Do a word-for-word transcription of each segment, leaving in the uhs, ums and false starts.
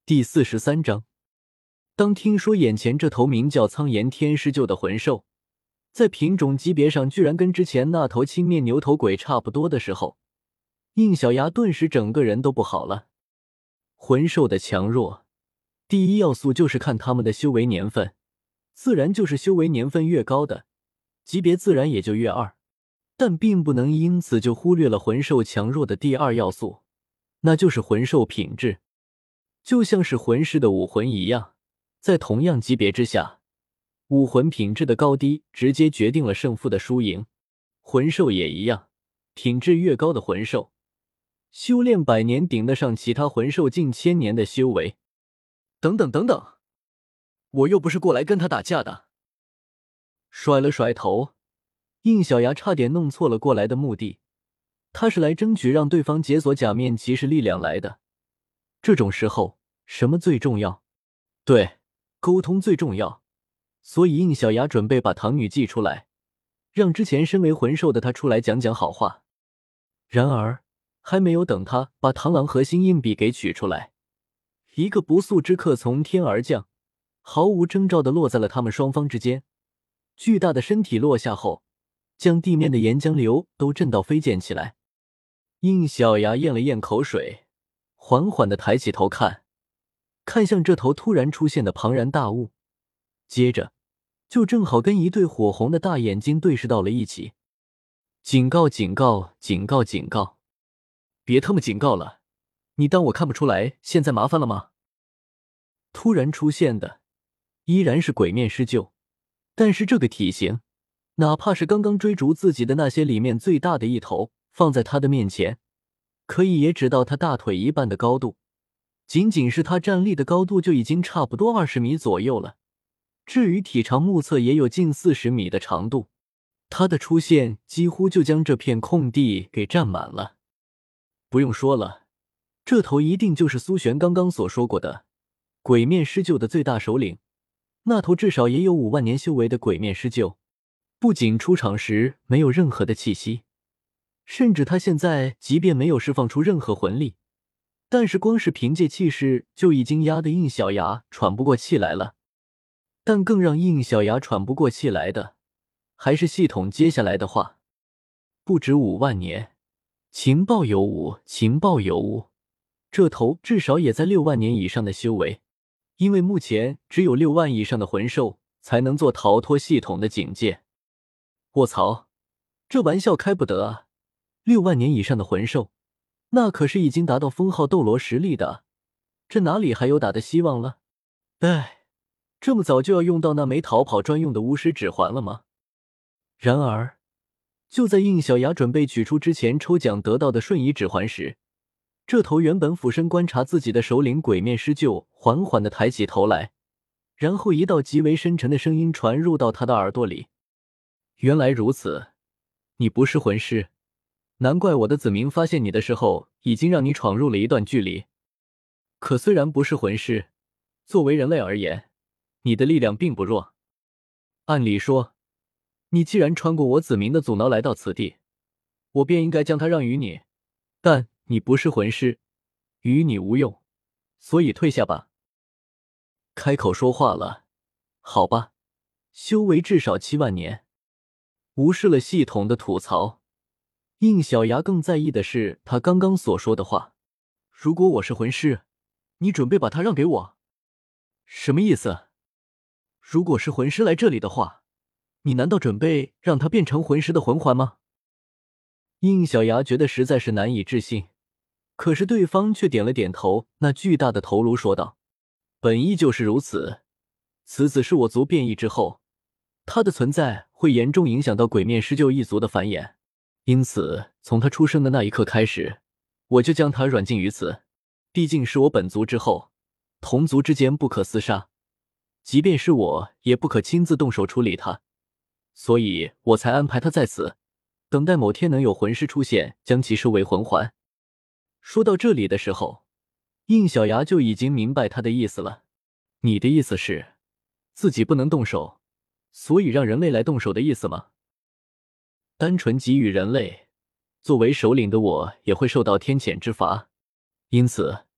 第四十三章，当听说眼前这头名叫苍炎天师鹫的魂兽，在品种级别上居然跟之前那头青面牛头鬼差不多的时候，应小牙顿时整个人都不好了。魂兽的强弱，第一要素就是看他们的修为年份，自然就是修为年份越高的，级别自然也就越二。但并不能因此就忽略了魂兽强弱的第二要素，那就是魂兽品质。就像是魂师的武魂一样，在同样级别之下，武魂品质的高低直接决定了胜负的输赢。魂兽也一样，品质越高的魂兽，修炼百年顶得上其他魂兽近千年的修为。等等等等，我又不是过来跟他打架的。甩了甩头，应小牙差点弄错了过来的目的，他是来争取让对方解锁假面骑士力量来的。这种时候，什么最重要？对，沟通最重要。所以应小牙准备把唐女祭出来，让之前身为魂兽的他出来讲讲好话。然而，还没有等他把螳螂核心硬币给取出来，一个不速之客从天而降，毫无征兆地落在了他们双方之间。巨大的身体落下后，将地面的岩浆流都震到飞溅起来。应小牙咽了咽口水，缓缓地抬起头看，看向这头突然出现的庞然大物，接着就正好跟一对火红的大眼睛对视到了一起。警告警告警告警告，别他妈警告了，你当我看不出来现在麻烦了吗？突然出现的依然是鬼面狮鹫，但是这个体型，哪怕是刚刚追逐自己的那些里面最大的一头，放在他的面前，可以也只到他大腿一半的高度，仅仅是他站立的高度就已经差不多二十米左右了。至于体长目测也有近四十米的长度，他的出现几乎就将这片空地给占满了。不用说了，这头一定就是苏璇刚刚所说过的鬼面狮鹫的最大首领，那头至少也有五万年修为的鬼面狮鹫。不仅出场时没有任何的气息，甚至他现在即便没有释放出任何魂力，但是光是凭借气势就已经压得应小牙喘不过气来了。但更让应小牙喘不过气来的，还是系统接下来的话。不止五万年，情报有误，情报有误，这头至少也在六万年以上的修为，因为目前只有六万以上的魂兽才能做逃脱系统的警戒。卧槽，这玩笑开不得啊！六万年以上的魂兽，那可是已经达到封号斗罗实力的，这哪里还有打的希望了？唉，这么早就要用到那枚逃跑专用的巫师指环了吗？然而，就在应小牙准备取出之前抽奖得到的瞬移指环时，这头原本俯身观察自己的首领鬼面狮鹫缓缓地抬起头来，然后一道极为深沉的声音传入到他的耳朵里。原来如此，你不是魂师，难怪我的子民发现你的时候已经让你闯入了一段距离。可虽然不是魂师，作为人类而言，你的力量并不弱。按理说，你既然穿过我子民的阻挠来到此地，我便应该将它让与你，但你不是魂师，与你无用，所以退下吧。开口说话了，好吧，修为至少七万年。无视了系统的吐槽，应小牙更在意的是他刚刚所说的话。如果我是魂师，你准备把他让给我？什么意思？如果是魂师来这里的话，你难道准备让他变成魂师的魂环吗？应小牙觉得实在是难以置信，可是对方却点了点头，那巨大的头颅说道：本意就是如此，此子是我族变异之后，他的存在会严重影响到鬼面狮鹫一族的繁衍，因此从他出生的那一刻开始，我就将他软禁于此。毕竟是我本族之后，同族之间不可厮杀，即便是我也不可亲自动手处理他，所以我才安排他在此，等待某天能有魂师出现，将其收为魂环。说到这里的时候，应小牙就已经明白他的意思了。你的意思是自己不能动手，所以让人类来动手的意思吗？单纯给予人类，作为首领的我也会受到天谴之罚，因此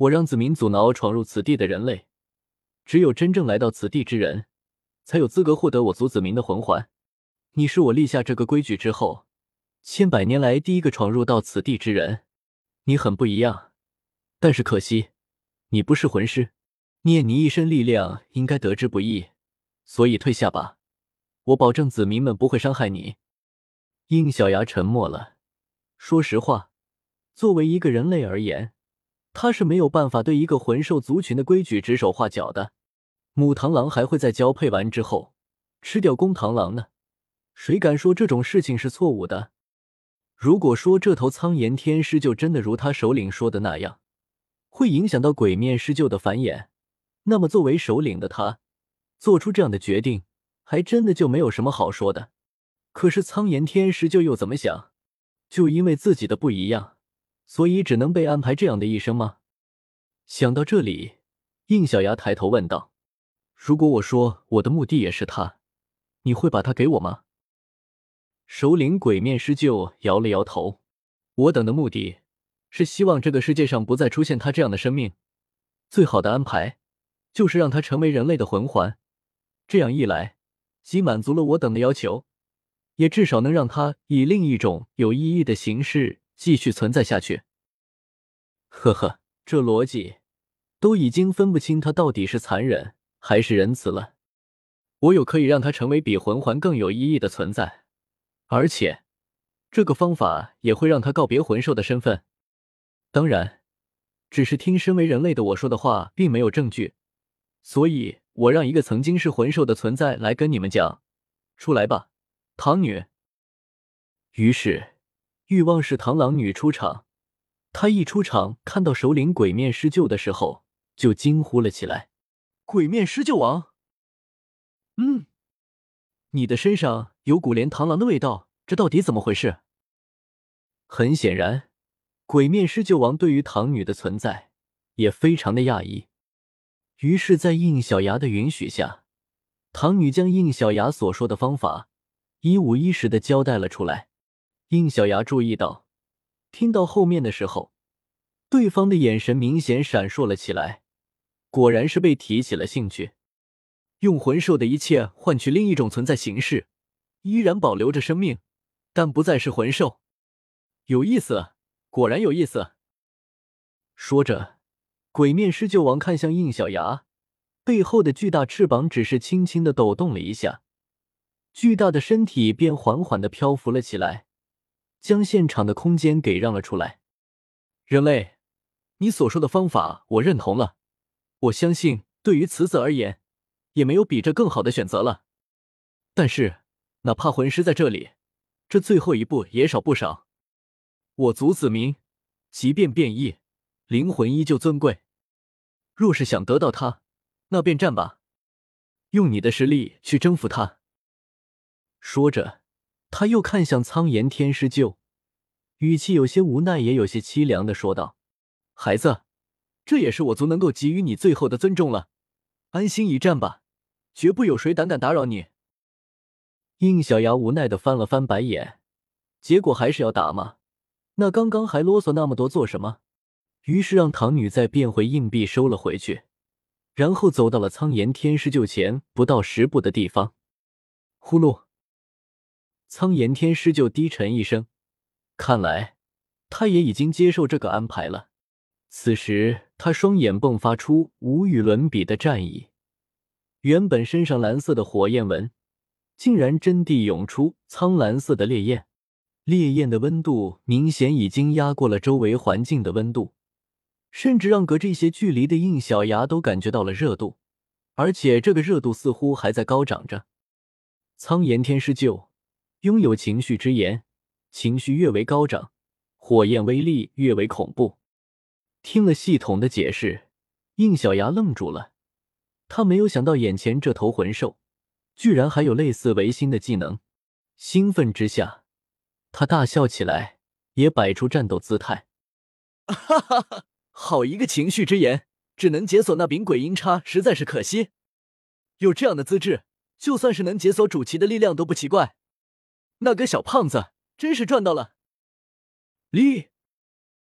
我让子民阻挠闯入此地的人类，只有真正来到此地之人，才有资格获得我族子民的魂环。你是我立下这个规矩之后，千百年来第一个闯入到此地之人。你很不一样，但是可惜，你不是魂师，念你一身力量应该得之不易，所以退下吧，我保证子民们不会伤害你。应小牙沉默了。说实话，作为一个人类而言，他是没有办法对一个魂兽族群的规矩指手画脚的。母螳螂还会在交配完之后吃掉公螳螂呢，谁敢说这种事情是错误的？如果说这头苍炎天狮鹫真的如他首领说的那样，会影响到鬼面狮鹫的繁衍，那么作为首领的他，做出这样的决定，还真的就没有什么好说的。可是苍炎天狮鹫又怎么想？就因为自己的不一样，所以只能被安排这样的一生吗？想到这里，应小牙抬头问道：如果我说我的目的也是他，你会把他给我吗？首领鬼面狮鹫摇了摇头，我等的目的是希望这个世界上不再出现他这样的生命，最好的安排就是让他成为人类的魂环，这样一来，既满足了我等的要求，也至少能让他以另一种有意义的形式继续存在下去。呵呵，这逻辑都已经分不清他到底是残忍还是仁慈了。我有可以让他成为比魂环更有意义的存在，而且这个方法也会让他告别魂兽的身份。当然，只是听身为人类的我说的话并没有证据，所以我让一个曾经是魂兽的存在来跟你们讲。出来吧，唐女。于是欲望是螳螂女出场，她一出场看到首领鬼面狮鹫的时候就惊呼了起来：鬼面狮鹫王！嗯，你的身上有股连螳螂的味道，这到底怎么回事？很显然，鬼面狮鹫王对于唐女的存在也非常的讶异。于是在应小牙的允许下，唐女将应小牙所说的方法一五一十的交代了出来。应小牙注意到，听到后面的时候，对方的眼神明显闪烁了起来，果然是被提起了兴趣。用魂兽的一切换取另一种存在形式，依然保留着生命，但不再是魂兽。有意思，果然有意思。说着，鬼面狮鹫王看向应小牙，背后的巨大翅膀只是轻轻的抖动了一下，巨大的身体便缓缓的漂浮了起来，将现场的空间给让了出来。人类，你所说的方法我认同了，我相信对于此子而言，也没有比这更好的选择了。但是，哪怕魂师在这里，这最后一步也少不少。我族子民，即便变异，灵魂依旧尊贵。若是想得到他，那便战吧，用你的实力去征服他。说着，他又看向苍炎天狮鹫，语气有些无奈也有些凄凉地说道：孩子，这也是我族能够给予你最后的尊重了，安心一战吧，绝不有谁胆敢打扰你。应小牙无奈地翻了翻白眼，结果还是要打吗？那刚刚还啰嗦那么多做什么？于是让唐女再变回硬币收了回去，然后走到了苍炎天狮鹫前不到十步的地方。呼噜，苍炎天狮鹫低沉一声，看来他也已经接受这个安排了。此时他双眼迸发出无与伦比的战意，原本身上蓝色的火焰纹竟然真地涌出苍蓝色的烈焰，烈焰的温度明显已经压过了周围环境的温度，甚至让隔着一些距离的应小牙都感觉到了热度，而且这个热度似乎还在高涨着。苍炎天狮鹫拥有情绪之炎，情绪越为高涨，火焰威力越为恐怖。听了系统的解释，应小牙愣住了，他没有想到眼前这头魂兽居然还有类似维新的技能。兴奋之下，他大笑起来，也摆出战斗姿态。哈哈哈，好一个情绪之炎，只能解锁那柄鬼阴叉，实在是可惜。有这样的资质，就算是能解锁主旗的力量都不奇怪。那个小胖子真是赚到了。哩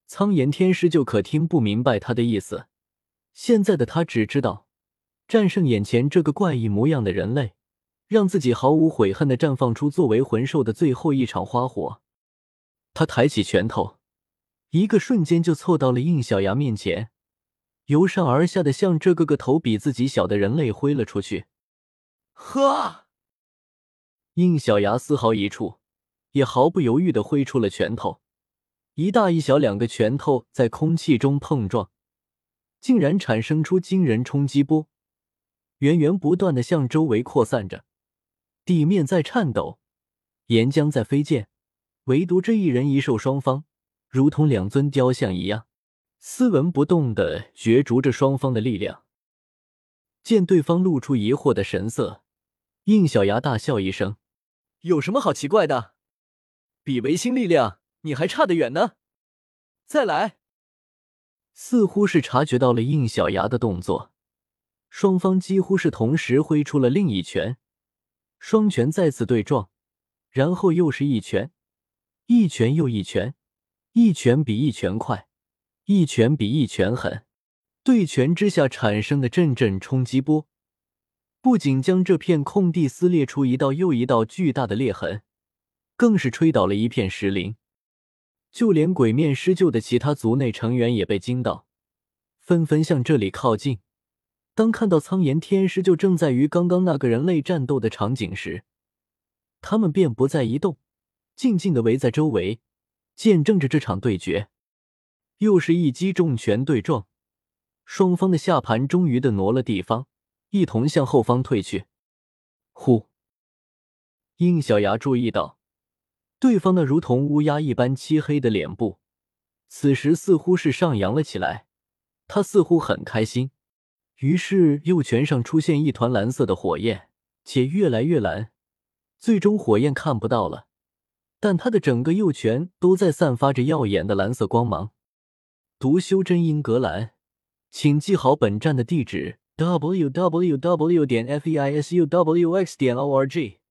苍岩天师就可听不明白他的意思。现在的他只知道，战胜眼前这个怪异模样的人类，让自己毫无悔恨地绽放出作为魂兽的最后一场花火。他抬起拳头，一个瞬间就凑到了应小牙面前，由上而下的向这个个头比自己小的人类挥了出去。呵！应小牙丝毫一触，也毫不犹豫地挥出了拳头。一大一小两个拳头在空气中碰撞，竟然产生出惊人冲击波，源源不断地向周围扩散着。地面在颤抖，岩浆在飞溅，唯独这一人一兽双方如同两尊雕像一样，斯文不动地角逐着双方的力量。见对方露出疑惑的神色，应小牙大笑一声：“有什么好奇怪的？比唯心力量你还差得远呢！再来！”似乎是察觉到了应小牙的动作，双方几乎是同时挥出了另一拳，双拳再次对撞，然后又是一拳，一拳又一拳，一拳比一拳快，一拳比一拳狠。对拳之下产生的阵阵冲击波，不仅将这片空地撕裂出一道又一道巨大的裂痕，更是吹倒了一片石林。就连鬼面狮鹫的其他族内成员也被惊到，纷纷向这里靠近。当看到苍岩天狮鹫正在与刚刚那个人类战斗的场景时，他们便不再移动，静静地围在周围，见证着这场对决。又是一击重拳对撞，双方的下盘终于的挪了地方，一同向后方退去。呼！应小牙注意到，对方那如同乌鸦一般漆黑的脸部，此时似乎是上扬了起来，他似乎很开心。于是右拳上出现一团蓝色的火焰，且越来越蓝，最终火焰看不到了，但他的整个右拳都在散发着耀眼的蓝色光芒。读修真英格兰，请记好本站的地址 ：double u double u double u 点 feisuwx 点 org。